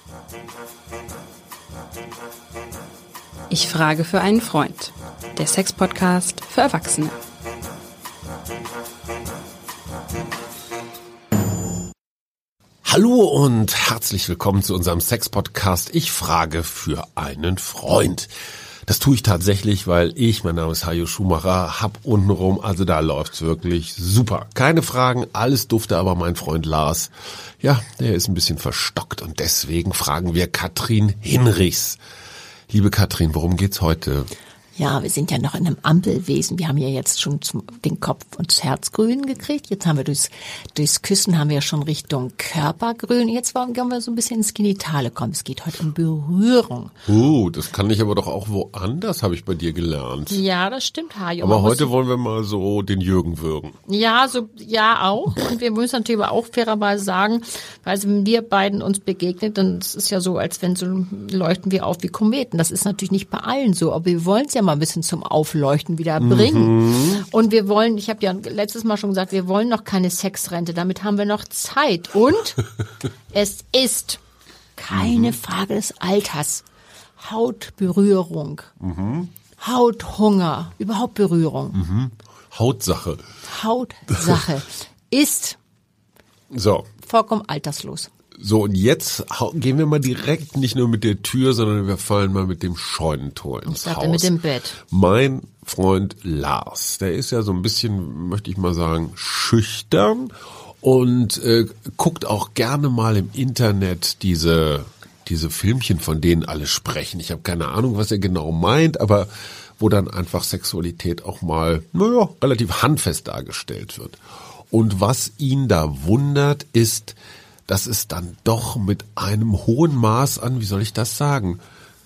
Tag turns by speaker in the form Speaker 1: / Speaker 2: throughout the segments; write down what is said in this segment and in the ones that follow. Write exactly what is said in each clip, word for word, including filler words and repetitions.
Speaker 1: Ich frage für einen Freund. Der Sex-Podcast für Erwachsene.
Speaker 2: Hallo und herzlich willkommen zu unserem Sex-Podcast. Ich frage für einen Freund. Das tue ich tatsächlich, weil ich, mein Name ist Hajo Schumacher, hab untenrum, also da läuft's wirklich super. Keine Fragen, alles dufte, aber mein Freund Lars, ja, der ist ein bisschen verstockt und deswegen fragen wir Katrin Hinrichs. Liebe Katrin, worum geht's heute?
Speaker 3: Ja, wir sind ja noch in einem Ampelwesen. Wir haben ja jetzt schon zum, den Kopf und das Herzgrün gekriegt. Jetzt haben wir durchs, durchs Küssen haben wir ja schon Richtung Körpergrün. Jetzt wollen wir so ein bisschen ins Genitale kommen. Es geht heute um Berührung.
Speaker 2: Oh, das kann ich aber doch auch woanders, habe ich bei dir gelernt.
Speaker 3: Ja, das stimmt, Hajo.
Speaker 2: Aber heute wollen wir mal so den Jürgen würgen.
Speaker 3: Ja, so, ja auch. Und wir müssen natürlich aber auch fairerweise sagen, weil wenn wir beiden uns begegnet, dann ist es ja so, als wenn so leuchten wir auf wie Kometen. Das ist natürlich nicht bei allen so, aber wir wollen es ja mal ein bisschen zum Aufleuchten wieder bringen. Mhm. Und wir wollen, ich habe ja letztes Mal schon gesagt, wir wollen noch keine Sexrente, damit haben wir noch Zeit. Und es ist keine mhm. Frage des Alters. Hautberührung, mhm. Hauthunger, überhaupt Berührung.
Speaker 2: Mhm. Hautsache.
Speaker 3: Hautsache ist
Speaker 2: so
Speaker 3: vollkommen alterslos.
Speaker 2: So, und jetzt gehen wir mal direkt nicht nur mit der Tür, sondern wir fallen mal mit dem Scheunentor ins
Speaker 3: ich
Speaker 2: Haus.
Speaker 3: mit dem Bett.
Speaker 2: Mein Freund Lars, der ist ja so ein bisschen, möchte ich mal sagen, schüchtern und äh, guckt auch gerne mal im Internet diese diese Filmchen, von denen alle sprechen. Ich habe keine Ahnung, was er genau meint, aber wo dann einfach Sexualität auch mal, naja, relativ handfest dargestellt wird. Und was ihn da wundert, ist, dass es dann doch mit einem hohen Maß an, wie soll ich das sagen,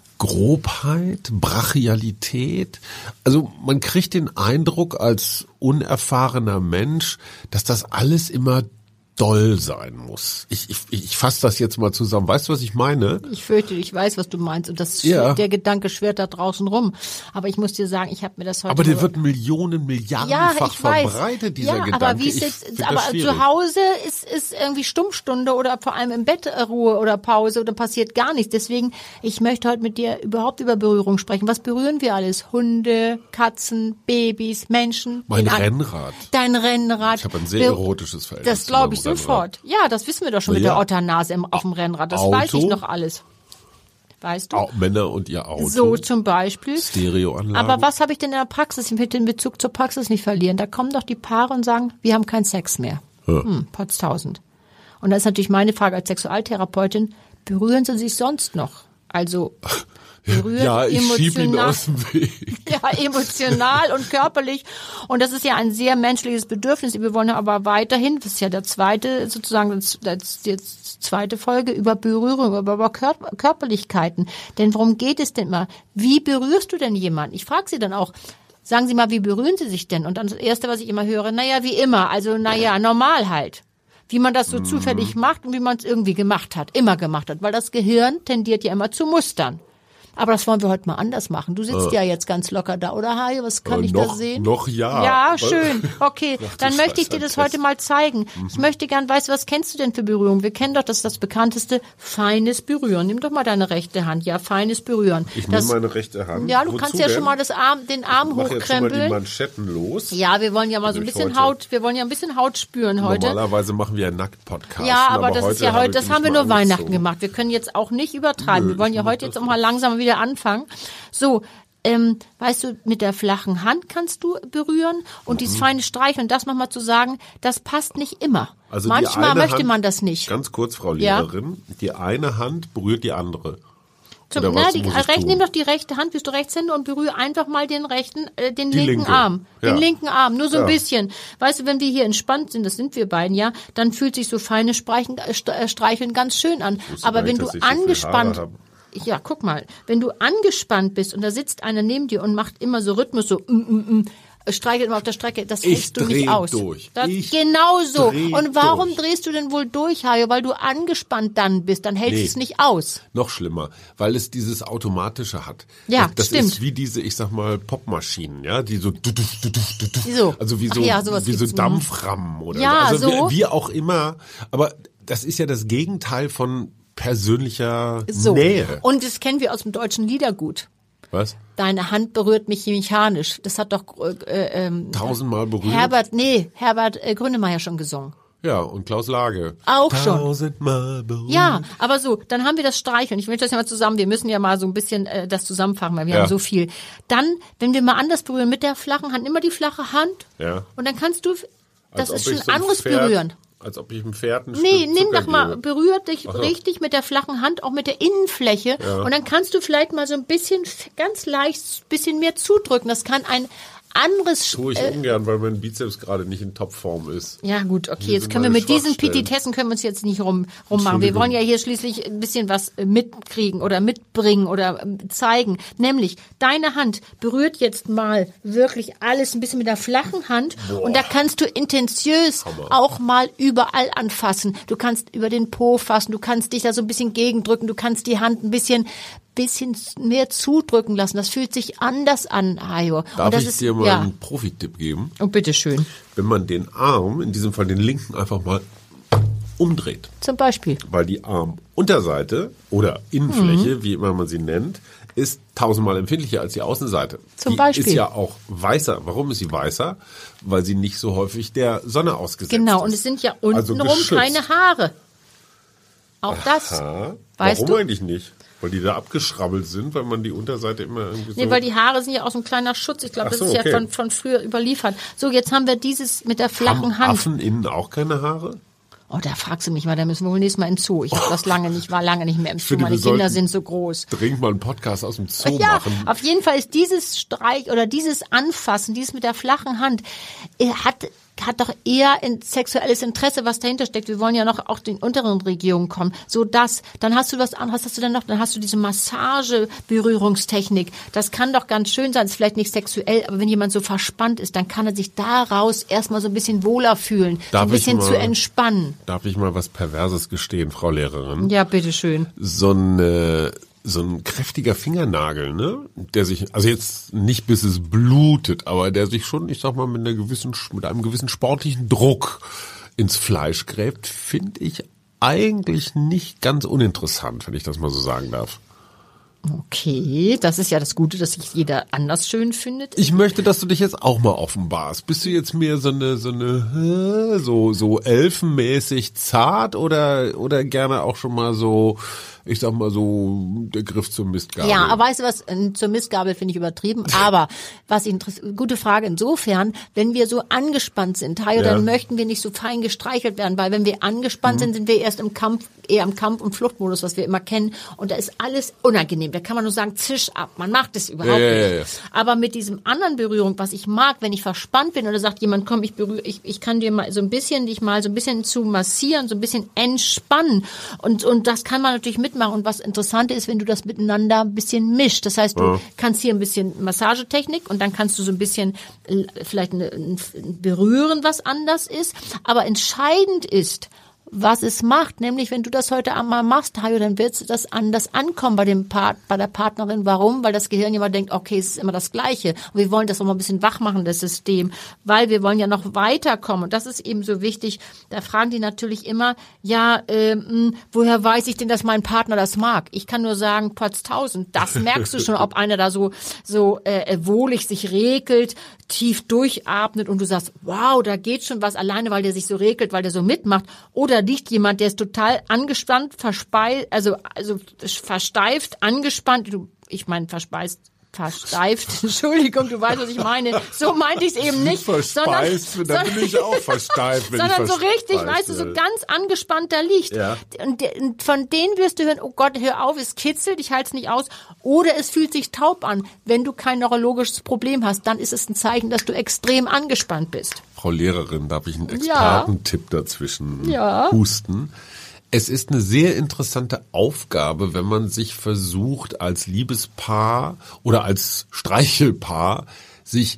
Speaker 2: Grobheit, Brachialität. Also man kriegt den Eindruck als unerfahrener Mensch, dass das alles immer doll sein muss. Ich, ich, ich fasse das jetzt mal zusammen. Weißt du, was ich meine?
Speaker 3: Ich fürchte, ich weiß, was du meinst. Und das
Speaker 2: ja.
Speaker 3: der Gedanke schwirrt da draußen rum. Aber ich muss dir sagen, ich habe mir das heute...
Speaker 2: Aber der wird Millionen, Milliardenfach
Speaker 3: ja,
Speaker 2: verbreitet, dieser
Speaker 3: ja,
Speaker 2: Gedanke.
Speaker 3: Aber, wie ist jetzt, aber zu Hause ist, ist irgendwie Stummstunde oder vor allem im Bett Ruhe oder Pause oder passiert gar nichts. Deswegen, ich möchte heute mit dir überhaupt über Berührung sprechen. Was berühren wir alles? Hunde, Katzen, Babys, Menschen.
Speaker 2: Mein Rennrad.
Speaker 3: Dein Rennrad.
Speaker 2: Ich habe ein sehr erotisches Verhältnis.
Speaker 3: Das glaube ich sofort. Ja, das wissen wir doch schon Na mit ja. der Otternase im, auf dem Rennrad. Das Auto, weiß ich noch alles. Weißt du?
Speaker 2: Auch Männer und ihr Auto.
Speaker 3: So zum Beispiel.
Speaker 2: Stereoanlagen.
Speaker 3: Aber was habe ich denn in der Praxis? Ich will den Bezug zur Praxis nicht verlieren. Da kommen doch die Paare und sagen, wir haben keinen Sex mehr. Ja. Hm, Potztausend. Und da ist natürlich meine Frage als Sexualtherapeutin, berühren Sie sich sonst noch? Also... Berühren,
Speaker 2: ja, ich schieb ihn aus dem Weg.
Speaker 3: Ja, emotional und körperlich. Und das ist ja ein sehr menschliches Bedürfnis. Wir wollen aber weiterhin, das ist ja der zweite, sozusagen, das, das, die zweite Folge über Berührung, über Körper, Körperlichkeiten. Denn worum geht es denn immer? Wie berührst du denn jemanden? Ich frage Sie dann auch, sagen Sie mal, wie berühren Sie sich denn? Und dann das Erste, was ich immer höre, naja, wie immer. Also, naja, normal halt. Wie man das so mhm. zufällig macht und wie man es irgendwie gemacht hat, immer gemacht hat. Weil das Gehirn tendiert ja immer zu Mustern. Aber das wollen wir heute mal anders machen. Du sitzt äh. ja jetzt ganz locker da, oder Hajo? Was kann
Speaker 2: äh,
Speaker 3: ich
Speaker 2: noch,
Speaker 3: da sehen?
Speaker 2: Noch ja.
Speaker 3: Ja, schön. Okay, dann möchte ich dir das heute mal zeigen. Mhm. Ich möchte gern, weißt du, was kennst du denn für Berührung? Wir kennen doch das, das bekannteste, feines Berühren. Nimm doch mal deine rechte Hand. Ja, feines Berühren.
Speaker 2: Ich nehme meine rechte Hand.
Speaker 3: Ja, du
Speaker 2: Wozu
Speaker 3: kannst ja
Speaker 2: denn?
Speaker 3: schon mal das Arm, den Arm
Speaker 2: ich mach
Speaker 3: hochkrempeln.
Speaker 2: Jetzt schon mal die Manschetten los.
Speaker 3: Ja, wir wollen ja mal so ein bisschen Haut, wir wollen ja ein bisschen Haut spüren heute.
Speaker 2: Normalerweise machen wir einen Nackt-Podcast.
Speaker 3: Ja, aber, aber das
Speaker 2: heute
Speaker 3: ist ja heute, das haben wir nur
Speaker 2: angezogen.
Speaker 3: Weihnachten gemacht. Wir können jetzt auch nicht übertreiben.
Speaker 2: Nö,
Speaker 3: wir wollen ja heute jetzt auch mal langsam wieder anfangen. So, ähm, weißt du, mit der flachen Hand kannst du berühren und mhm. dieses feine Streicheln, das nochmal zu sagen, das passt nicht immer.
Speaker 2: Also
Speaker 3: manchmal möchte
Speaker 2: Hand,
Speaker 3: man das nicht.
Speaker 2: Ganz kurz, Frau Lehrerin, ja? Die eine Hand berührt die andere.
Speaker 3: Zum, na, die, recht, nimm doch die rechte Hand, bist du Rechtshänder und berühre einfach mal den rechten, äh, den
Speaker 2: die
Speaker 3: linken
Speaker 2: linke.
Speaker 3: Arm.
Speaker 2: Ja.
Speaker 3: Den linken Arm, nur so ein
Speaker 2: ja.
Speaker 3: bisschen. Weißt du, wenn wir hier entspannt sind, das sind wir beiden, ja, dann fühlt sich so feine Streichen, äh, Streicheln ganz schön an. Aber wenn du angespannt... So ja, guck mal, wenn du angespannt bist und da sitzt einer neben dir und macht immer so Rhythmus, so mm, mm, mm, streichelt immer auf der Strecke, das hältst du nicht aus.
Speaker 2: Durch.
Speaker 3: Das,
Speaker 2: ich
Speaker 3: genau so. Und warum
Speaker 2: durch.
Speaker 3: drehst du denn wohl durch, Hajo? Weil du angespannt dann bist, dann hältst nee. es nicht aus.
Speaker 2: Noch schlimmer, weil es dieses Automatische hat.
Speaker 3: Ja,
Speaker 2: das
Speaker 3: stimmt.
Speaker 2: Das ist wie diese, ich sag mal, Popmaschinen, ja, die so, du, du, du, du, du,
Speaker 3: so.
Speaker 2: also wie so,
Speaker 3: ja,
Speaker 2: wie so Dampframmen oder
Speaker 3: ja,
Speaker 2: so. Also
Speaker 3: so.
Speaker 2: Wie, wie auch immer. Aber das ist ja das Gegenteil von persönlicher
Speaker 3: So.
Speaker 2: Nähe.
Speaker 3: Und das kennen wir aus dem deutschen Liedergut.
Speaker 2: Was?
Speaker 3: Deine Hand berührt mich mechanisch. Das hat doch äh, ähm,
Speaker 2: Tausendmal berührt.
Speaker 3: Herbert, nee, Herbert äh, Grönemeyer schon gesungen.
Speaker 2: Ja, und Klaus Lage.
Speaker 3: Auch schon.
Speaker 2: Tausendmal berührt.
Speaker 3: Ja, aber so, dann haben wir das Streicheln. Ich möchte das ja mal zusammen, wir müssen ja mal so ein bisschen äh, das zusammenfachen, weil wir
Speaker 2: Ja.
Speaker 3: haben so viel. Dann, wenn wir mal anders berühren, mit der flachen Hand, immer die flache Hand.
Speaker 2: Ja.
Speaker 3: Und dann kannst du, das
Speaker 2: Als ob
Speaker 3: ist schon
Speaker 2: ich so ein
Speaker 3: anderes
Speaker 2: Pferd,
Speaker 3: Berühren.
Speaker 2: Als ob ich einem Pferd ein
Speaker 3: Nee,
Speaker 2: Stück
Speaker 3: nimm
Speaker 2: Zucker
Speaker 3: doch mal,
Speaker 2: gebe.
Speaker 3: berühr dich
Speaker 2: Ach so.
Speaker 3: richtig mit der flachen Hand, auch mit der Innenfläche.
Speaker 2: Ja.
Speaker 3: Und dann kannst du vielleicht mal so ein bisschen, ganz leicht, bisschen mehr zudrücken. Das kann ein anderes...
Speaker 2: Tue ich
Speaker 3: äh,
Speaker 2: ungern, weil mein Bizeps gerade nicht in Topform ist.
Speaker 3: Ja gut, okay,
Speaker 2: Hier
Speaker 3: jetzt
Speaker 2: sind
Speaker 3: können wir
Speaker 2: meine
Speaker 3: mit diesen
Speaker 2: Schwachstellen.
Speaker 3: Petitessen können wir uns jetzt nicht rum, rummachen. Wir
Speaker 2: Entschuldigung.
Speaker 3: wollen ja hier schließlich ein bisschen was äh, mitkriegen oder mitbringen oder ähm, zeigen. Nämlich, deine Hand berührt jetzt mal wirklich alles ein bisschen mit der flachen Hand.
Speaker 2: Boah.
Speaker 3: Und da kannst du intensiös
Speaker 2: Hammer.
Speaker 3: auch mal überall anfassen. Du kannst über den Po fassen, du kannst dich da so ein bisschen gegendrücken, du kannst die Hand ein bisschen bisschen mehr zudrücken lassen. Das fühlt sich anders an, Hajo.
Speaker 2: Darf
Speaker 3: Und das
Speaker 2: ich
Speaker 3: ist,
Speaker 2: dir mal
Speaker 3: ja.
Speaker 2: einen Profitipp geben?
Speaker 3: Oh, bitteschön.
Speaker 2: Wenn man den Arm, in diesem Fall den linken, einfach mal umdreht.
Speaker 3: Zum Beispiel.
Speaker 2: Weil die Armunterseite oder Innenfläche,
Speaker 3: Mhm.
Speaker 2: wie immer man sie nennt, ist tausendmal empfindlicher als die Außenseite.
Speaker 3: Zum
Speaker 2: die
Speaker 3: Beispiel.
Speaker 2: ist ja auch weißer. Warum ist sie weißer? Weil sie nicht so häufig der Sonne ausgesetzt
Speaker 3: Genau,
Speaker 2: ist.
Speaker 3: und es sind ja
Speaker 2: Also
Speaker 3: untenrum
Speaker 2: geschützt.
Speaker 3: keine Haare. Auch das.
Speaker 2: Aha.
Speaker 3: Weißt
Speaker 2: Warum
Speaker 3: du?
Speaker 2: eigentlich nicht? Weil die da abgeschrabbelt sind, weil man die Unterseite immer irgendwie so...
Speaker 3: Nee, weil die Haare sind ja auch so ein kleiner Schutz. Ich glaube,
Speaker 2: Ach
Speaker 3: das
Speaker 2: so,
Speaker 3: ist ja
Speaker 2: okay.
Speaker 3: von, von früher überliefert. So, jetzt haben wir dieses mit der flachen
Speaker 2: Haben
Speaker 3: Hand.
Speaker 2: Affen innen auch keine Haare?
Speaker 3: Oh, da fragst du mich mal, da müssen wir wohl nächstes Mal in den Zoo. Ich habe das lange nicht, war lange nicht mehr im Zoo.
Speaker 2: finde,
Speaker 3: Meine
Speaker 2: wir
Speaker 3: Kinder
Speaker 2: sollten
Speaker 3: sind so groß.
Speaker 2: Dringend mal einen Podcast aus dem Zoo
Speaker 3: Ja,
Speaker 2: machen.
Speaker 3: auf jeden Fall ist dieses Streich oder dieses Anfassen, dieses mit der flachen Hand, äh, hat hat doch eher ein sexuelles Interesse, was dahinter steckt. Wir wollen ja noch auch den unteren Regionen kommen. So das, dann hast du was anderes, hast du dann noch, dann hast du diese Massage-Berührungstechnik. Das kann doch ganz schön sein, ist vielleicht nicht sexuell, aber wenn jemand so verspannt ist, dann kann er sich daraus erstmal so ein bisschen wohler fühlen,
Speaker 2: Darf
Speaker 3: so ein bisschen
Speaker 2: ich mal-
Speaker 3: zu entspannen.
Speaker 2: Darf ich mal was Perverses gestehen, Frau Lehrerin?
Speaker 3: Ja, bitteschön.
Speaker 2: So ein, äh, so ein kräftiger Fingernagel, ne? Der sich, also jetzt nicht bis es blutet, aber der sich schon, ich sag mal, mit einer gewissen, mit einem gewissen sportlichen Druck ins Fleisch gräbt, finde ich eigentlich nicht ganz uninteressant, wenn ich das mal so sagen darf.
Speaker 3: Okay, das ist ja das Gute, dass sich jeder anders schön findet.
Speaker 2: Ich möchte, dass du dich jetzt auch mal offenbarst. Bist du jetzt mehr so eine, so eine, so, so elfenmäßig zart oder, oder gerne auch schon mal so, ich sag mal so, der Griff zur Mistgabel?
Speaker 3: Ja, aber weißt du was, äh, zur Mistgabel finde ich übertrieben, aber was interessiert, gute Frage insofern, wenn wir so angespannt sind, Hajo,
Speaker 2: Ja.
Speaker 3: dann möchten wir nicht so fein gestreichelt werden, weil wenn wir angespannt sind, sind wir erst im Kampf, eher im Kampf- und Fluchtmodus, was wir immer kennen, und da ist alles unangenehm, da kann man nur sagen, zisch ab, man mag das überhaupt
Speaker 2: Ja, ja,
Speaker 3: nicht.
Speaker 2: ja.
Speaker 3: Aber mit diesem anderen Berührung, was ich mag, wenn ich verspannt bin oder sagt jemand, komm, ich berühre, ich, ich kann dir mal so ein bisschen, dich mal so ein bisschen zu massieren, so ein bisschen entspannen, und, und das kann man natürlich mitmachen, und was interessant ist, wenn du das miteinander ein bisschen mischt, das heißt, du
Speaker 2: Ja.
Speaker 3: kannst hier ein bisschen Massagetechnik und dann kannst du so ein bisschen äh, vielleicht eine, ein berühren, was anders ist, aber entscheidend ist, was es macht, nämlich wenn du das heute einmal machst, Hajo, dann wird das anders ankommen bei dem Part, bei der Partnerin. Warum? Weil das Gehirn immer denkt, okay, es ist immer das Gleiche. Und wir wollen das auch mal ein bisschen wach machen, das System, weil wir wollen ja noch weiterkommen. Und das ist eben so wichtig. Da fragen die natürlich immer, ja, ähm, woher weiß ich denn, dass mein Partner das mag? Ich kann nur sagen, Potztausend, das merkst du schon, ob einer da so so äh, wohlig sich regelt, tief durchatmet und du sagst, wow, da geht schon was alleine, weil der sich so regelt, weil der so mitmacht. Oder liegt jemand, der ist total angespannt, verspeist, also also versteift, angespannt. Du, ich meine verspeist, versteift. Entschuldigung, du weißt, was ich meine. So meinte ich es eben nicht.
Speaker 2: Verspeist,
Speaker 3: sondern,
Speaker 2: dann bin ich auch versteift, wenn
Speaker 3: sondern
Speaker 2: ich
Speaker 3: so richtig,
Speaker 2: verspeist
Speaker 3: weißt du, so
Speaker 2: werde.
Speaker 3: ganz angespannt da liegt.
Speaker 2: Ja.
Speaker 3: Und de- und von denen wirst du hören, oh Gott, hör auf, es kitzelt, ich halte es nicht aus. Oder es fühlt sich taub an. Wenn du kein neurologisches Problem hast, dann ist es ein Zeichen, dass du extrem angespannt bist.
Speaker 2: Frau Lehrerin, darf ich einen Expertentipp dazwischen
Speaker 3: Ja.
Speaker 2: husten? Es ist eine sehr interessante Aufgabe, wenn man sich versucht, als Liebespaar oder als Streichelpaar sich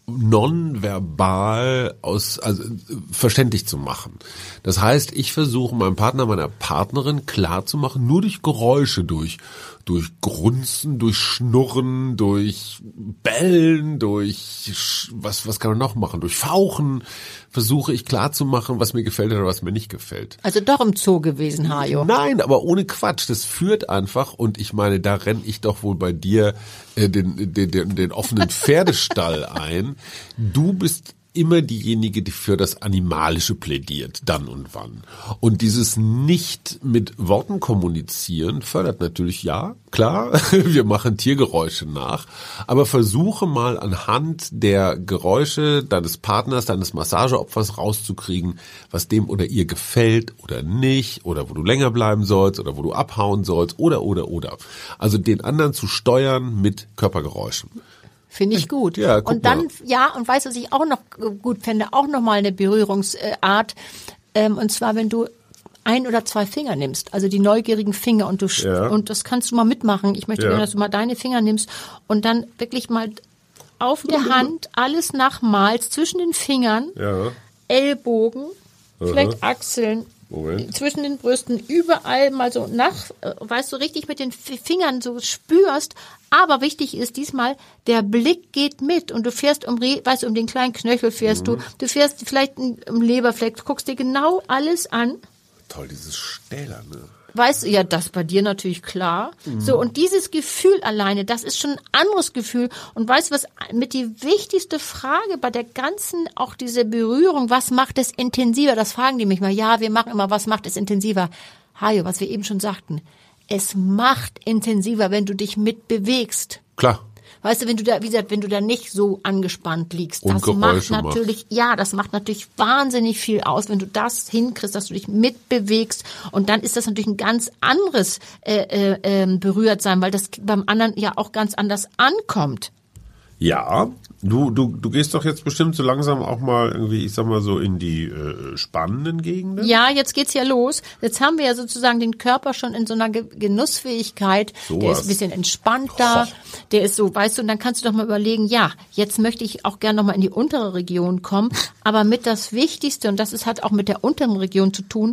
Speaker 2: nonverbal aus, also verständlich zu machen. Das heißt, ich versuche meinem Partner, meiner Partnerin klarzumachen, nur durch Geräusche, durch durch Grunzen, durch Schnurren, durch Bellen, durch was was kann man noch machen, durch Fauchen versuche ich klarzumachen, was mir gefällt oder was mir nicht gefällt.
Speaker 3: Also doch im Zoo gewesen, Hajo.
Speaker 2: Nein, aber ohne Quatsch. Das führt einfach, und ich meine, da renne ich doch wohl bei dir äh, den, den, den, den offenen Pferdestall ein. Du bist immer diejenige, die für das Animalische plädiert, dann und wann. Und dieses nicht mit Worten kommunizieren fördert natürlich, ja, klar, wir machen Tiergeräusche nach, aber versuche mal anhand der Geräusche deines Partners, deines Massageopfers rauszukriegen, was dem oder ihr gefällt oder nicht, oder wo du länger bleiben sollst, oder wo du abhauen sollst, oder, oder, oder. Also den anderen zu steuern mit Körpergeräuschen.
Speaker 3: Finde ich gut.
Speaker 2: Ja, guck
Speaker 3: und dann,
Speaker 2: mal.
Speaker 3: ja, und weißt du, was ich auch noch gut fände, auch nochmal eine Berührungsart, ähm, und zwar, wenn du ein oder zwei Finger nimmst, also die neugierigen Finger, und du
Speaker 2: Ja.
Speaker 3: und das kannst du mal mitmachen. Ich möchte
Speaker 2: Ja.
Speaker 3: gerne, dass du mal deine Finger nimmst und dann wirklich mal auf der Hand alles nachmalst, zwischen den Fingern,
Speaker 2: Ja.
Speaker 3: Ellbogen, vielleicht Achseln,
Speaker 2: Moment.
Speaker 3: zwischen den Brüsten, überall mal so nach, äh, weißt du, richtig mit den F- Fingern so spürst. Aber wichtig ist diesmal, der Blick geht mit, und du fährst um, Re- weißt du, um den kleinen Knöchel fährst
Speaker 2: Mhm.
Speaker 3: du, du fährst vielleicht um Leberfleck, guckst dir genau alles an.
Speaker 2: Toll, dieses Stählerne.
Speaker 3: Weißt du, ja, das bei dir natürlich klar.
Speaker 2: Mhm.
Speaker 3: So, und dieses Gefühl alleine, das ist schon ein anderes Gefühl. Und weißt du, was mit die wichtigste Frage bei der ganzen, auch diese Berührung, was macht es intensiver? Das fragen die mich mal. Ja, wir machen immer, was macht es intensiver? Hajo, was wir eben schon sagten. Es macht intensiver, wenn du dich mitbewegst.
Speaker 2: Klar.
Speaker 3: Weißt du, wenn du da, wie gesagt, wenn du da nicht so angespannt liegst,
Speaker 2: Und
Speaker 3: das
Speaker 2: Geräusche
Speaker 3: macht natürlich, ja, das macht natürlich wahnsinnig viel aus, wenn du das hinkriegst, dass du dich mitbewegst, und dann ist das natürlich ein ganz anderes äh, äh, berührt sein, weil das beim anderen ja auch ganz anders ankommt.
Speaker 2: Ja, du, du, du gehst doch jetzt bestimmt so langsam auch mal irgendwie, ich sag mal so, in die äh, spannenden Gegenden.
Speaker 3: Ja, jetzt geht's ja los. Jetzt haben wir ja sozusagen den Körper schon in so einer Ge- Genussfähigkeit.
Speaker 2: So
Speaker 3: der
Speaker 2: was.
Speaker 3: ist ein bisschen entspannter.
Speaker 2: Oh.
Speaker 3: Der ist so, weißt du, und dann kannst du doch mal überlegen, ja, jetzt möchte ich auch gerne noch mal in die untere Region kommen. Aber mit das Wichtigste, und das ist, hat auch mit der unteren Region zu tun,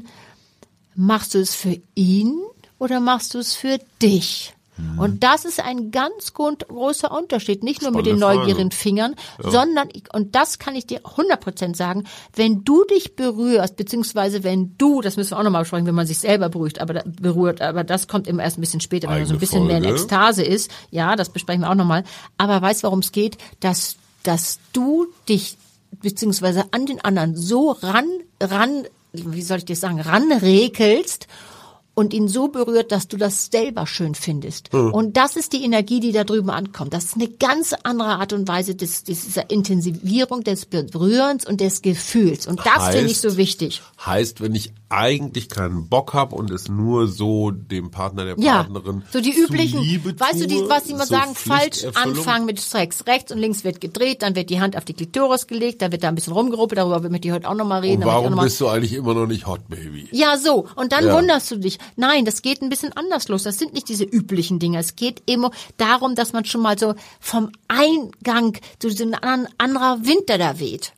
Speaker 3: machst du es für ihn oder machst du es für dich? Und das ist ein ganz grund- großer Unterschied, nicht nur mit den
Speaker 2: Spannende
Speaker 3: neugierigen
Speaker 2: Frage.
Speaker 3: Fingern, sondern, und das kann ich dir hundert Prozent sagen, wenn du dich berührst, beziehungsweise wenn du, das müssen wir auch nochmal besprechen, wenn man sich selber berührt, aber da, berührt, aber das kommt immer erst ein bisschen später, wenn man so ein
Speaker 2: Eigene
Speaker 3: bisschen mehr in
Speaker 2: Folge.
Speaker 3: Ekstase ist. Ja, das besprechen wir auch nochmal. Aber weißt du, worum es geht? Dass, dass du dich, beziehungsweise an den anderen so ran, ran, wie soll ich das sagen, ranrekelst, und ihn so berührt, dass du das selber schön findest. Mhm. Und das ist die Energie, die da drüben ankommt. Das ist eine ganz andere Art und Weise des, dieser Intensivierung des Berührens und des Gefühls. Und das
Speaker 2: Heißt-
Speaker 3: finde ich so wichtig.
Speaker 2: Heißt, wenn ich eigentlich keinen Bock habe und es nur so dem Partner, der
Speaker 3: Ja,
Speaker 2: Partnerin
Speaker 3: so die üblichen,
Speaker 2: zuliebe
Speaker 3: weißt du, die,
Speaker 2: tue,
Speaker 3: was die immer
Speaker 2: so
Speaker 3: sagen, falsch
Speaker 2: Pflichterfüllung.
Speaker 3: anfangen mit Sex. Rechts und links wird gedreht, dann wird die Hand auf die Klitoris gelegt, dann wird da ein bisschen rumgeruppelt, darüber möchte ich heute auch nochmal reden.
Speaker 2: Und
Speaker 3: da möchte ich auch
Speaker 2: warum
Speaker 3: noch mal-
Speaker 2: bist du eigentlich immer noch nicht Hot Baby?
Speaker 3: Ja, so. Und dann
Speaker 2: Ja.
Speaker 3: wunderst du dich. Nein, das geht ein bisschen anders los. Das sind nicht diese üblichen Dinge. Es geht immer darum, dass man schon mal so vom Eingang zu so ein an- anderer Wind, der da weht.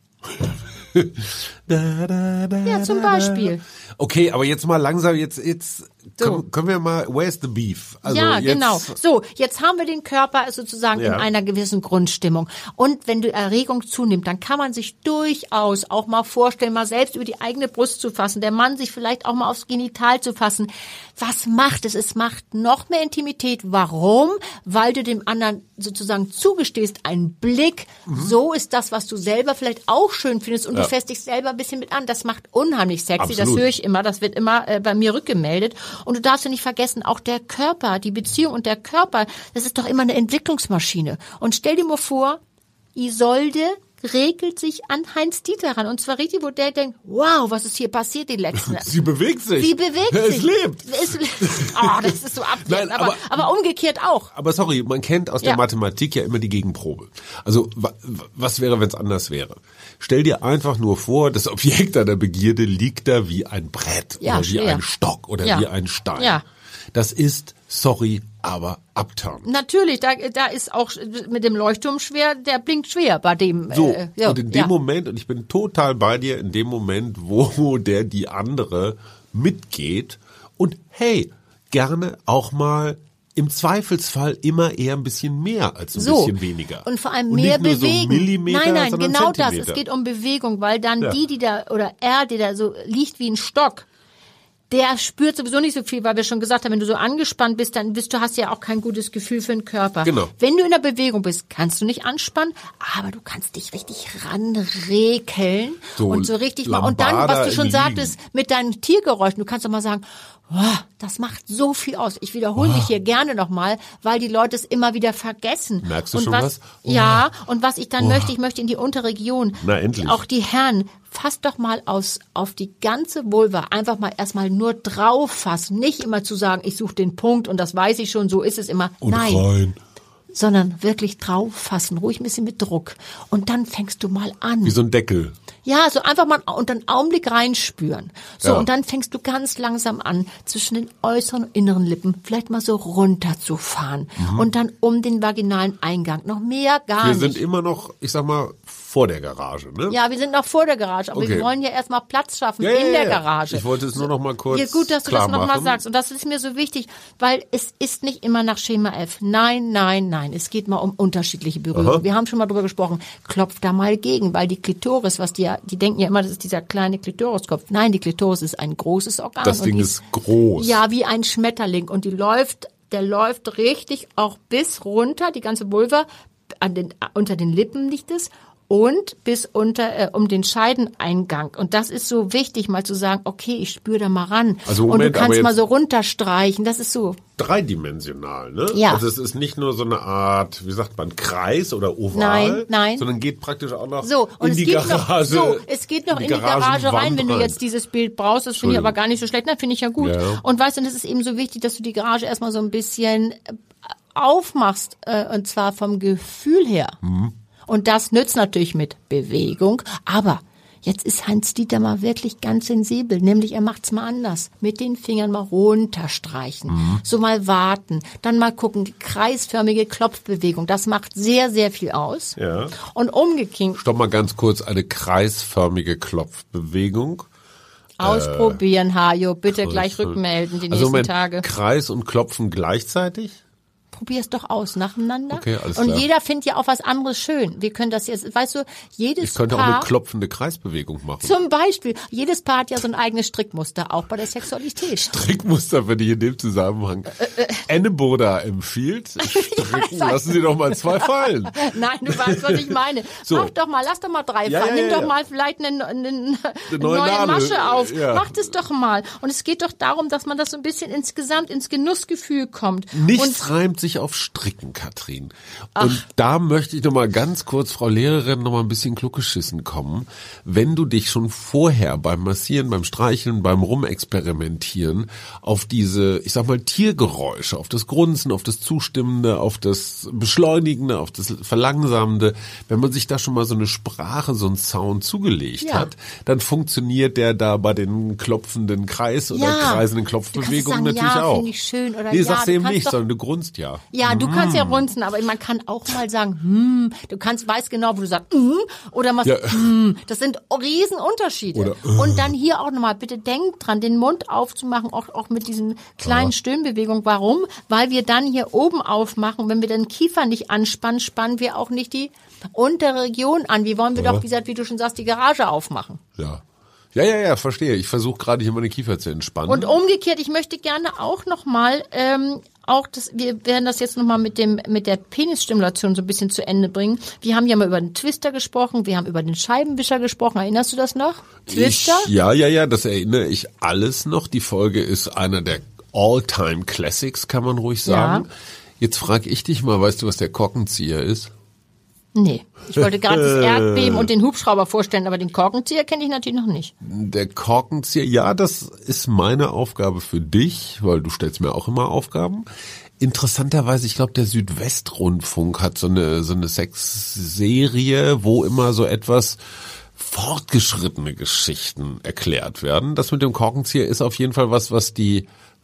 Speaker 2: Da, da, da,
Speaker 3: Ja, zum
Speaker 2: da,
Speaker 3: Beispiel.
Speaker 2: da. Okay, aber jetzt mal langsam, jetzt, jetzt
Speaker 3: So.
Speaker 2: können, können wir mal, where's the beef? Also
Speaker 3: ja,
Speaker 2: jetzt,
Speaker 3: genau. So, jetzt haben wir den Körper sozusagen
Speaker 2: Ja.
Speaker 3: in einer gewissen Grundstimmung. Und wenn die Erregung zunimmt, dann kann man sich durchaus auch mal vorstellen, mal selbst über die eigene Brust zu fassen, der Mann sich vielleicht auch mal aufs Genital zu fassen. Was macht es? Es macht noch mehr Intimität. Warum? Weil du dem anderen sozusagen zugestehst, einen Blick.
Speaker 2: Mhm.
Speaker 3: So ist das, was du selber vielleicht auch schön findest, und
Speaker 2: Ja.
Speaker 3: du fährst dich selber ein bisschen mit an. Das macht unheimlich sexy. Das
Speaker 2: Absolut.
Speaker 3: höre ich immer. Das wird immer äh, bei mir rückgemeldet. Und du darfst ja nicht vergessen, auch der Körper, die Beziehung und der Körper, das ist doch immer eine Entwicklungsmaschine. Und stell dir mal vor, Isolde regelt sich an Heinz-Dieter ran. Und zwar richtig, wo der denkt, wow, was ist hier passiert die letzten...
Speaker 2: Sie bewegt sich.
Speaker 3: Sie bewegt
Speaker 2: es
Speaker 3: sich.
Speaker 2: lebt.
Speaker 3: Es lebt. Oh, das ist so abwertend.
Speaker 2: Nein,
Speaker 3: aber,
Speaker 2: aber-
Speaker 3: aber umgekehrt auch.
Speaker 2: Aber sorry, man kennt aus der
Speaker 3: Ja.
Speaker 2: Mathematik ja immer die Gegenprobe. Also wa- wa- was wäre, wenn es anders wäre? Stell dir einfach nur vor, das Objekt deiner Begierde liegt da wie ein Brett
Speaker 3: Ja,
Speaker 2: oder wie
Speaker 3: schwer.
Speaker 2: ein Stock oder
Speaker 3: Ja.
Speaker 2: wie ein Stein.
Speaker 3: Ja.
Speaker 2: Das ist, sorry, aber abturnt.
Speaker 3: Natürlich, da, da ist auch mit dem Leuchtturm schwer, der blinkt schwer bei dem.
Speaker 2: So,
Speaker 3: äh, ja,
Speaker 2: und in dem
Speaker 3: ja.
Speaker 2: Moment, und ich bin total bei dir, in dem Moment, wo der die andere mitgeht und hey, gerne auch mal im Zweifelsfall immer eher ein bisschen mehr als ein
Speaker 3: so.
Speaker 2: bisschen weniger.
Speaker 3: Und vor allem
Speaker 2: und
Speaker 3: mehr
Speaker 2: nicht nur
Speaker 3: bewegen.
Speaker 2: So Millimeter,
Speaker 3: nein, nein,
Speaker 2: sondern
Speaker 3: genau das.
Speaker 2: Zentimeter.
Speaker 3: Es geht um Bewegung, weil dann
Speaker 2: Ja.
Speaker 3: die, die da, oder er, der da so liegt wie ein Stock, der spürt sowieso nicht so viel, weil wir schon gesagt haben, wenn du so angespannt bist, dann bist du, hast ja auch kein gutes Gefühl für den Körper.
Speaker 2: Genau.
Speaker 3: Wenn du in der Bewegung bist, kannst du nicht anspannen, aber du kannst dich richtig ranrekeln
Speaker 2: So
Speaker 3: und so richtig mal. Und dann,
Speaker 2: Lambada
Speaker 3: was du schon
Speaker 2: im
Speaker 3: sagtest,
Speaker 2: Liegen.
Speaker 3: mit deinen Tiergeräuschen, du kannst doch mal sagen, oh, das macht so viel aus. Ich wiederhole mich hier gerne nochmal, weil die Leute es immer wieder vergessen.
Speaker 2: Merkst du
Speaker 3: und
Speaker 2: schon was? Oh.
Speaker 3: Ja, und was ich dann
Speaker 2: Oh.
Speaker 3: möchte, ich möchte in die Unterregion.
Speaker 2: Na, endlich.
Speaker 3: Auch die Herren, fasst doch mal aus auf die ganze Vulva einfach mal erstmal nur drauf fassen. Nicht immer zu sagen, ich suche den Punkt und das weiß ich schon, so ist es immer.
Speaker 2: Und
Speaker 3: Nein.
Speaker 2: rein.
Speaker 3: Sondern wirklich drauf fassen, ruhig ein bisschen mit Druck. Und dann fängst du mal an.
Speaker 2: Wie so ein Deckel.
Speaker 3: Ja, so einfach mal unter einen Augenblick reinspüren. So,
Speaker 2: Ja.
Speaker 3: und dann fängst du ganz langsam an, zwischen den äußeren und inneren Lippen vielleicht mal so runterzufahren. Und dann um den vaginalen Eingang. Noch mehr gar
Speaker 2: Wir
Speaker 3: nicht.
Speaker 2: sind immer noch, ich sag mal, vor der Garage, ne?
Speaker 3: Ja, wir sind noch vor der Garage, aber
Speaker 2: Okay.
Speaker 3: wir wollen ja erstmal Platz schaffen
Speaker 2: Ja,
Speaker 3: in
Speaker 2: ja,
Speaker 3: der
Speaker 2: ja.
Speaker 3: Garage.
Speaker 2: Ich wollte es nur noch mal kurz
Speaker 3: Ja, gut, dass du
Speaker 2: klar
Speaker 3: das noch mal
Speaker 2: machen.
Speaker 3: sagst. Und das ist mir so wichtig, weil es ist nicht immer nach Schema F. Nein, nein, nein. Es geht mal um unterschiedliche Berührungen.
Speaker 2: Aha.
Speaker 3: Wir haben schon mal drüber gesprochen. Klopf da mal gegen, weil die Klitoris, was die ja, die denken ja immer, das ist dieser kleine Klitoriskopf. Nein, die Klitoris ist ein großes Organ.
Speaker 2: Das
Speaker 3: und
Speaker 2: Ding
Speaker 3: die
Speaker 2: ist groß.
Speaker 3: Ja, wie ein Schmetterling. Und die läuft, der läuft richtig auch bis runter, die ganze Vulva, an den, unter den Lippen liegt es. Und bis unter äh, um den Scheideneingang. Und das ist so wichtig, mal zu sagen, okay, ich spüre da mal ran.
Speaker 2: Also
Speaker 3: und
Speaker 2: Moment,
Speaker 3: du kannst
Speaker 2: aber
Speaker 3: mal
Speaker 2: jetzt-
Speaker 3: so runterstreichen. Das ist so.
Speaker 2: Dreidimensional, ne?
Speaker 3: Ja.
Speaker 2: Also es ist nicht nur so eine Art, wie sagt man, Kreis oder Oval,
Speaker 3: Nein, nein.
Speaker 2: sondern geht praktisch auch noch
Speaker 3: So, und
Speaker 2: in
Speaker 3: es
Speaker 2: die
Speaker 3: geht
Speaker 2: Garage.
Speaker 3: noch, so, es geht noch in die, Garage rein,
Speaker 2: Garagenwand
Speaker 3: wenn du
Speaker 2: rein.
Speaker 3: jetzt dieses Bild brauchst. Das finde ich aber gar nicht so schlecht. Das finde ich ja gut.
Speaker 2: Ja.
Speaker 3: Und weißt du, das ist eben so wichtig, dass du die Garage erstmal so ein bisschen äh, aufmachst, äh, und zwar vom Gefühl her.
Speaker 2: Mhm.
Speaker 3: Und das nützt natürlich mit Bewegung, aber jetzt ist Hans-Dieter mal wirklich ganz sensibel, nämlich er macht's mal anders. Mit den Fingern mal runterstreichen,
Speaker 2: Mhm.
Speaker 3: so mal warten, dann mal gucken, kreisförmige Klopfbewegung, das macht sehr, sehr viel aus.
Speaker 2: Ja.
Speaker 3: Und umgekehrt,
Speaker 2: Stopp mal ganz kurz, eine kreisförmige Klopfbewegung.
Speaker 3: ausprobieren, Hajo, bitte gleich rückmelden die
Speaker 2: also
Speaker 3: nächsten
Speaker 2: Moment,
Speaker 3: Tage.
Speaker 2: Kreis und Klopfen gleichzeitig?
Speaker 3: Probier's doch aus, nacheinander.
Speaker 2: Okay, alles
Speaker 3: und
Speaker 2: klar.
Speaker 3: jeder findet ja auch was anderes schön. Wir können das jetzt, weißt du, jedes
Speaker 2: Ich könnte auch
Speaker 3: Paar...
Speaker 2: eine klopfende Kreisbewegung machen.
Speaker 3: Zum Beispiel, jedes Paar hat ja so ein eigenes Strickmuster, auch bei der Sexualität.
Speaker 2: Trickmuster finde ich in dem Zusammenhang. Anne Boda empfiehlt, stricken, lassen Sie doch mal zwei fallen.
Speaker 3: Nein, du weißt, was ich meine.
Speaker 2: So.
Speaker 3: Mach doch mal, lass doch mal drei
Speaker 2: Ja,
Speaker 3: fallen.
Speaker 2: ja,
Speaker 3: Nimm
Speaker 2: ja,
Speaker 3: doch
Speaker 2: ja.
Speaker 3: mal vielleicht eine, eine, eine
Speaker 2: neue
Speaker 3: neue
Speaker 2: Nadel,
Speaker 3: Masche auf.
Speaker 2: ja.
Speaker 3: Mach das doch mal. Und es geht doch darum, dass man das so ein bisschen insgesamt ins Genussgefühl kommt.
Speaker 2: Nichts
Speaker 3: Und
Speaker 2: reimt sich auf Stricken, Katrin. Und da möchte ich noch mal ganz kurz, Frau Lehrerin, noch mal ein bisschen kluckeschissen kommen. Wenn du dich schon vorher beim Massieren, beim Streicheln, beim Rumexperimentieren auf diese, ich sag mal, Tiergeräusche, auf das Grunzen, auf das Zustimmende, auf das Beschleunigende, auf das Verlangsamende, wenn man sich da schon mal so eine Sprache, so einen Sound zugelegt
Speaker 3: Ja.
Speaker 2: hat, dann funktioniert der da bei den klopfenden Kreis- oder
Speaker 3: Ja.
Speaker 2: kreisenden
Speaker 3: Du kannst
Speaker 2: Klopfbewegungen
Speaker 3: sagen,
Speaker 2: natürlich
Speaker 3: ja,
Speaker 2: auch.
Speaker 3: finde ich schön, oder
Speaker 2: nee,
Speaker 3: ja,
Speaker 2: sagst
Speaker 3: du
Speaker 2: du eben
Speaker 3: kannst
Speaker 2: nicht,
Speaker 3: doch-
Speaker 2: sondern du grunzt ja.
Speaker 3: Ja, du kannst ja runzen, aber man kann auch mal sagen, hm, du kannst, weißt genau, wo du sagst, hm, oder machst,
Speaker 2: Ja.
Speaker 3: hm. Das sind Riesenunterschiede.
Speaker 2: Oder, äh.
Speaker 3: Und dann hier auch nochmal, bitte denkt dran, den Mund aufzumachen, auch, auch mit diesen kleinen Stöhnbewegungen. Warum? Weil wir dann hier oben aufmachen, wenn wir den Kiefer nicht anspannen, spannen wir auch nicht die untere Region an. Wie wollen wir
Speaker 2: Ja.
Speaker 3: doch, wie gesagt, wie du schon sagst, die Garage aufmachen?
Speaker 2: Ja. Ja, ja, ja, verstehe. Ich versuche gerade hier meine Kiefer zu entspannen.
Speaker 3: Und umgekehrt, ich möchte gerne auch nochmal, ähm, auch das, wir werden das jetzt nochmal mit dem, mit der Penisstimulation so ein bisschen zu Ende bringen. Wir haben ja mal über den Twister gesprochen, wir haben über den Scheibenwischer gesprochen. Erinnerst du das noch? Twister?
Speaker 2: Ich, ja, ja, ja, das erinnere ich alles noch. Die Folge ist einer der All-Time Classics, kann man ruhig sagen.
Speaker 3: Ja.
Speaker 2: Jetzt frage ich dich mal, weißt du, was der Korkenzieher ist?
Speaker 3: Nee. Ich wollte gerade das Erdbeben und den Hubschrauber vorstellen, aber den Korkenzieher kenne ich natürlich noch nicht.
Speaker 2: Der Korkenzieher, ja, das ist meine Aufgabe für dich, weil du stellst mir auch immer Aufgaben. Interessanterweise, ich glaube, der Südwestrundfunk hat so eine so eine Sexserie, wo immer so etwas fortgeschrittene Geschichten erklärt werden. Das mit dem Korkenzieher ist auf jeden Fall was, was die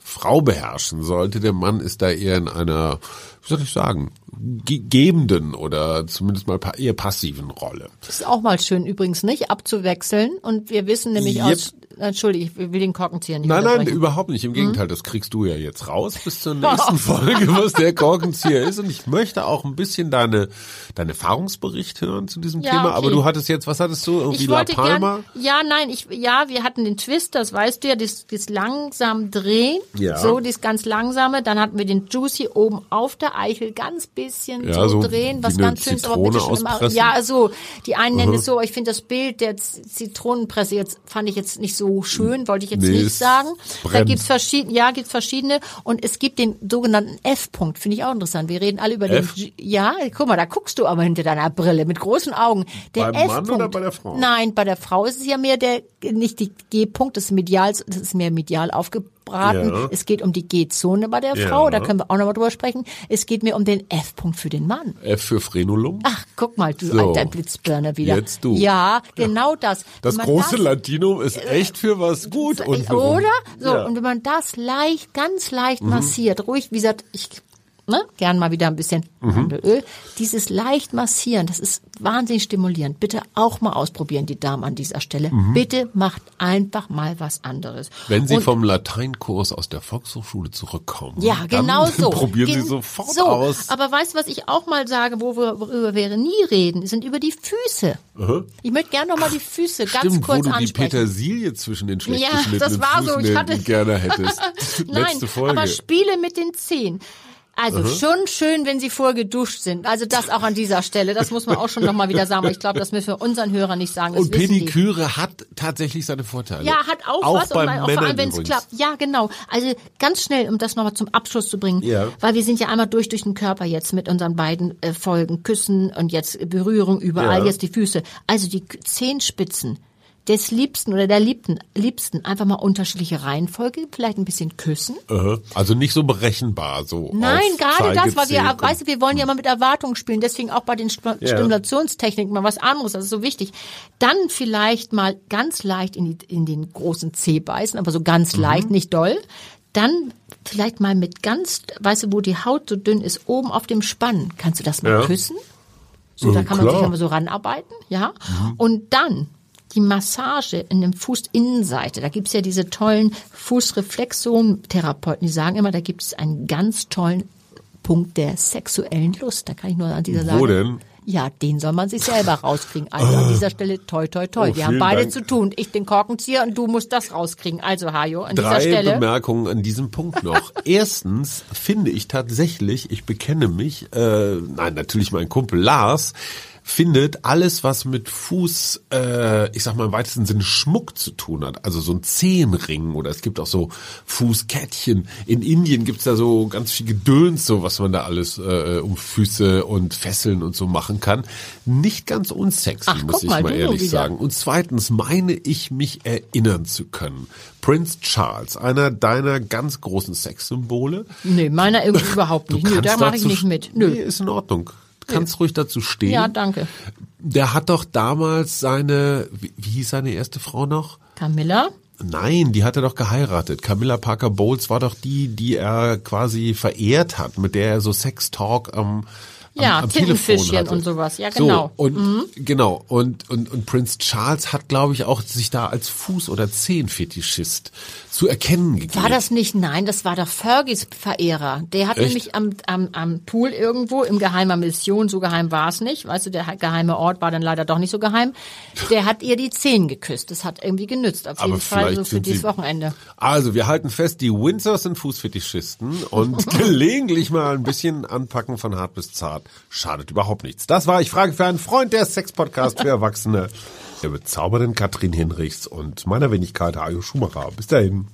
Speaker 2: Frau beherrschen sollte. Der Mann ist da eher in einer, wie soll ich sagen, ge- gebenden oder zumindest mal eher passiven Rolle.
Speaker 3: Das ist auch mal schön übrigens, nicht abzuwechseln. Und wir wissen nämlich
Speaker 2: Yep.
Speaker 3: aus, Entschuldige, ich will den Korkenzieher nicht
Speaker 2: Nein, nein,
Speaker 3: unterbrechen.
Speaker 2: überhaupt nicht. Im Gegenteil, das kriegst du ja jetzt raus bis zur nächsten Folge, was der Korkenzieher ist. Und ich möchte auch ein bisschen deine, deinen Erfahrungsbericht hören zu diesem
Speaker 3: Ja,
Speaker 2: Thema.
Speaker 3: okay.
Speaker 2: Aber du hattest jetzt, was hattest du? Irgendwie
Speaker 3: Ich
Speaker 2: La
Speaker 3: wollte
Speaker 2: Palma?
Speaker 3: gern, ja, nein, ich, ja, wir hatten den Twist, das weißt du ja, das, das langsam drehen,
Speaker 2: Ja.
Speaker 3: so, das ganz langsame, dann hatten wir den Juicy oben auf der Eichel, ganz bisschen
Speaker 2: Ja,
Speaker 3: so,
Speaker 2: so
Speaker 3: drehen,
Speaker 2: wie
Speaker 3: was
Speaker 2: eine
Speaker 3: ganz schön ist, aber bitte
Speaker 2: Zitrone
Speaker 3: schon immer,
Speaker 2: auspressen?
Speaker 3: ja, so, die einen nennen es so, aber ich finde das Bild der Z- Zitronenpresse jetzt, fand ich jetzt nicht so schön, wollte ich jetzt
Speaker 2: Nee,
Speaker 3: nicht
Speaker 2: es
Speaker 3: sagen. Da
Speaker 2: brennt.
Speaker 3: gibt's verschiedene, ja, gibt's verschiedene und es gibt den sogenannten F-Punkt, finde ich auch interessant. Wir reden alle über
Speaker 2: F?
Speaker 3: den, G- ja, guck mal, da guckst du aber hinter deiner Brille mit großen Augen. Der
Speaker 2: Beim Mann
Speaker 3: F-Punkt.
Speaker 2: oder bei der Frau?
Speaker 3: Nein, bei der Frau ist es ja mehr der, nicht die G-Punkt, das ist medial, das ist mehr medial aufgebraten.
Speaker 2: Ja.
Speaker 3: Es geht um die G-Zone bei der
Speaker 2: Ja.
Speaker 3: Frau, da können wir auch nochmal drüber sprechen. Es geht mir um den F-Punkt für den Mann.
Speaker 2: F für Frenulum.
Speaker 3: Ach, guck mal, du
Speaker 2: So.
Speaker 3: alter Blitzbirne wieder.
Speaker 2: Jetzt du.
Speaker 3: Ja, genau das.
Speaker 2: Das
Speaker 3: Wenn man
Speaker 2: große
Speaker 3: das-
Speaker 2: Latinum ist echt für was gut. Und warum?
Speaker 3: Oder? So,
Speaker 2: Ja.
Speaker 3: und wenn man das leicht, ganz leicht massiert, ruhig, wie gesagt, ich, ne, gern mal wieder ein bisschen Mandelöl, dieses leicht massieren, das ist wahnsinnig stimulierend. Bitte auch mal ausprobieren, die Damen an dieser Stelle. Bitte macht einfach mal was anderes.
Speaker 2: Wenn Sie
Speaker 3: Und-
Speaker 2: vom Lateinkurs aus der Volkshochschule zurückkommen,
Speaker 3: Ja, genau
Speaker 2: dann
Speaker 3: so.
Speaker 2: probieren
Speaker 3: Gen-
Speaker 2: Sie sofort
Speaker 3: so.
Speaker 2: aus.
Speaker 3: Aber weißt du, was ich auch mal sage, wo wir, worüber wir nie reden, sind über die Füße. Ich möchte gerne noch mal die Füße ganz
Speaker 2: Stimmt,
Speaker 3: kurz
Speaker 2: wo du die
Speaker 3: ansprechen.
Speaker 2: Petersilie zwischen den schlecht
Speaker 3: Ja,
Speaker 2: geschnittenen
Speaker 3: das war so. Ich hatte-
Speaker 2: Fußnägeln gerne hättest.
Speaker 3: Nein,
Speaker 2: Letzte Folge.
Speaker 3: aber Spiele mit den Zehen. Also schon schön, wenn sie vorher geduscht sind. Also das auch an dieser Stelle. Das muss man auch schon nochmal wieder sagen. Aber ich glaube, das müssen wir unseren Hörern nicht sagen. Das
Speaker 2: Und
Speaker 3: wissen die.
Speaker 2: Pediküre hat tatsächlich seine Vorteile.
Speaker 3: Ja, hat auch,
Speaker 2: auch
Speaker 3: was.
Speaker 2: Bei
Speaker 3: und auch
Speaker 2: Männern
Speaker 3: vor allem, wenn es
Speaker 2: übrigens.
Speaker 3: klappt. Ja, genau. Also ganz schnell, um das nochmal zum Abschluss zu bringen.
Speaker 2: Ja.
Speaker 3: Weil wir sind ja einmal durch durch den Körper jetzt mit unseren beiden äh, Folgen. Küssen und jetzt Berührung überall,
Speaker 2: Ja.
Speaker 3: jetzt die Füße. Also die K- Zehenspitzen des Liebsten oder der Liebsten, Liebsten einfach mal unterschiedliche Reihenfolge, vielleicht ein bisschen küssen.
Speaker 2: Aha. Also nicht so berechenbar, so.
Speaker 3: Nein,
Speaker 2: auf
Speaker 3: gerade das, weil wir,
Speaker 2: Zeigezehen.
Speaker 3: weißt du, wir wollen ja immer mit Erwartungen spielen, deswegen auch bei den St-
Speaker 2: Ja.
Speaker 3: Stimulationstechniken mal was anderes, das ist so wichtig. Dann vielleicht mal ganz leicht in, die, in den großen Zeh beißen, aber so ganz
Speaker 2: Mhm.
Speaker 3: leicht, nicht doll. Dann vielleicht mal mit ganz, weißt du, wo die Haut so dünn ist, oben auf dem Spann, kannst du das mal
Speaker 2: Ja.
Speaker 3: küssen? So, da
Speaker 2: Ja,
Speaker 3: kann man sich
Speaker 2: klar.
Speaker 3: aber so ranarbeiten, ja. Und dann die Massage in der Fußinnenseite. Da gibt's ja diese tollen Fußreflexzonentherapeuten, die sagen immer, da gibt es einen ganz tollen Punkt der sexuellen Lust. Da kann ich nur an dieser sagen.
Speaker 2: Wo denn?
Speaker 3: Ja, den soll man sich selber rauskriegen. Also an dieser Stelle toi toi toi.
Speaker 2: Oh,
Speaker 3: Wir haben
Speaker 2: vielen
Speaker 3: beide
Speaker 2: Dank.
Speaker 3: zu tun. Ich den Korkenzieher und du musst das rauskriegen. Also Hajo, an
Speaker 2: Drei
Speaker 3: dieser Stelle.
Speaker 2: Bemerkungen an diesem Punkt noch. Erstens finde ich tatsächlich, ich bekenne mich, äh, nein, natürlich mein Kumpel Lars, findet alles, was mit Fuß, äh, ich sag mal im weitesten Sinne Schmuck zu tun hat, also so ein Zehenring oder es gibt auch so Fußkettchen. In Indien gibt's da so ganz viel Gedöns, so was man da alles äh, um Füße und Fesseln und so machen kann. Nicht ganz unsexy,
Speaker 3: Ach,
Speaker 2: muss
Speaker 3: guck
Speaker 2: ich
Speaker 3: mal,
Speaker 2: mal
Speaker 3: du
Speaker 2: ehrlich
Speaker 3: wieder.
Speaker 2: sagen. Und zweitens meine ich mich erinnern zu können. Prince Charles, einer deiner ganz großen Sexsymbole.
Speaker 3: Nee, meiner irgendwie überhaupt nicht. Nö,
Speaker 2: kannst
Speaker 3: da mache ich
Speaker 2: dazu-
Speaker 3: nicht mit. Nö.
Speaker 2: Nee, ist in Ordnung. Du kannst ruhig dazu stehen.
Speaker 3: Ja, danke.
Speaker 2: Der hat doch damals seine, wie, wie hieß seine erste Frau noch?
Speaker 3: Camilla?
Speaker 2: Nein, die hat er doch geheiratet. Camilla Parker Bowles war doch die, die er quasi verehrt hat, mit der er so Sex-Talk am
Speaker 3: Ja,
Speaker 2: am, am Telefon
Speaker 3: Tintenfischchen
Speaker 2: hatte.
Speaker 3: und sowas. Ja, genau.
Speaker 2: So, und genau und und und Prince Charles hat, glaube ich, auch sich da als Fuß- oder Zehenfetischist zu erkennen gegeben.
Speaker 3: War das nicht? Nein, das war doch Fergies Verehrer. Der hat
Speaker 2: Echt?
Speaker 3: nämlich am, am, am Pool irgendwo in geheimer Mission, so geheim war es nicht, weißt du, der geheime Ort war dann leider doch nicht so geheim, der hat ihr die Zehen geküsst. Das hat irgendwie genützt, auf
Speaker 2: Aber
Speaker 3: jeden Fall
Speaker 2: vielleicht
Speaker 3: so für
Speaker 2: sind
Speaker 3: dieses
Speaker 2: sie-
Speaker 3: Wochenende.
Speaker 2: Also, wir halten fest, die Windsors sind Fußfetischisten und gelegentlich mal ein bisschen anpacken von hart bis zart. Schadet überhaupt nichts. Das war Ich frage für einen Freund, der Sex-Podcast für Erwachsene. Der bezaubernden Katrin Hinrichs und meiner Wenigkeit Hajo Schumacher. Bis dahin.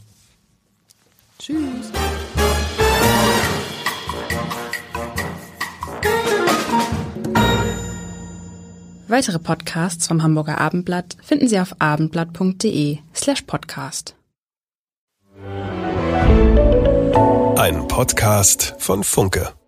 Speaker 3: Tschüss.
Speaker 1: Weitere Podcasts vom Hamburger Abendblatt finden Sie auf abendblatt.de slash podcast.
Speaker 4: Ein Podcast von Funke.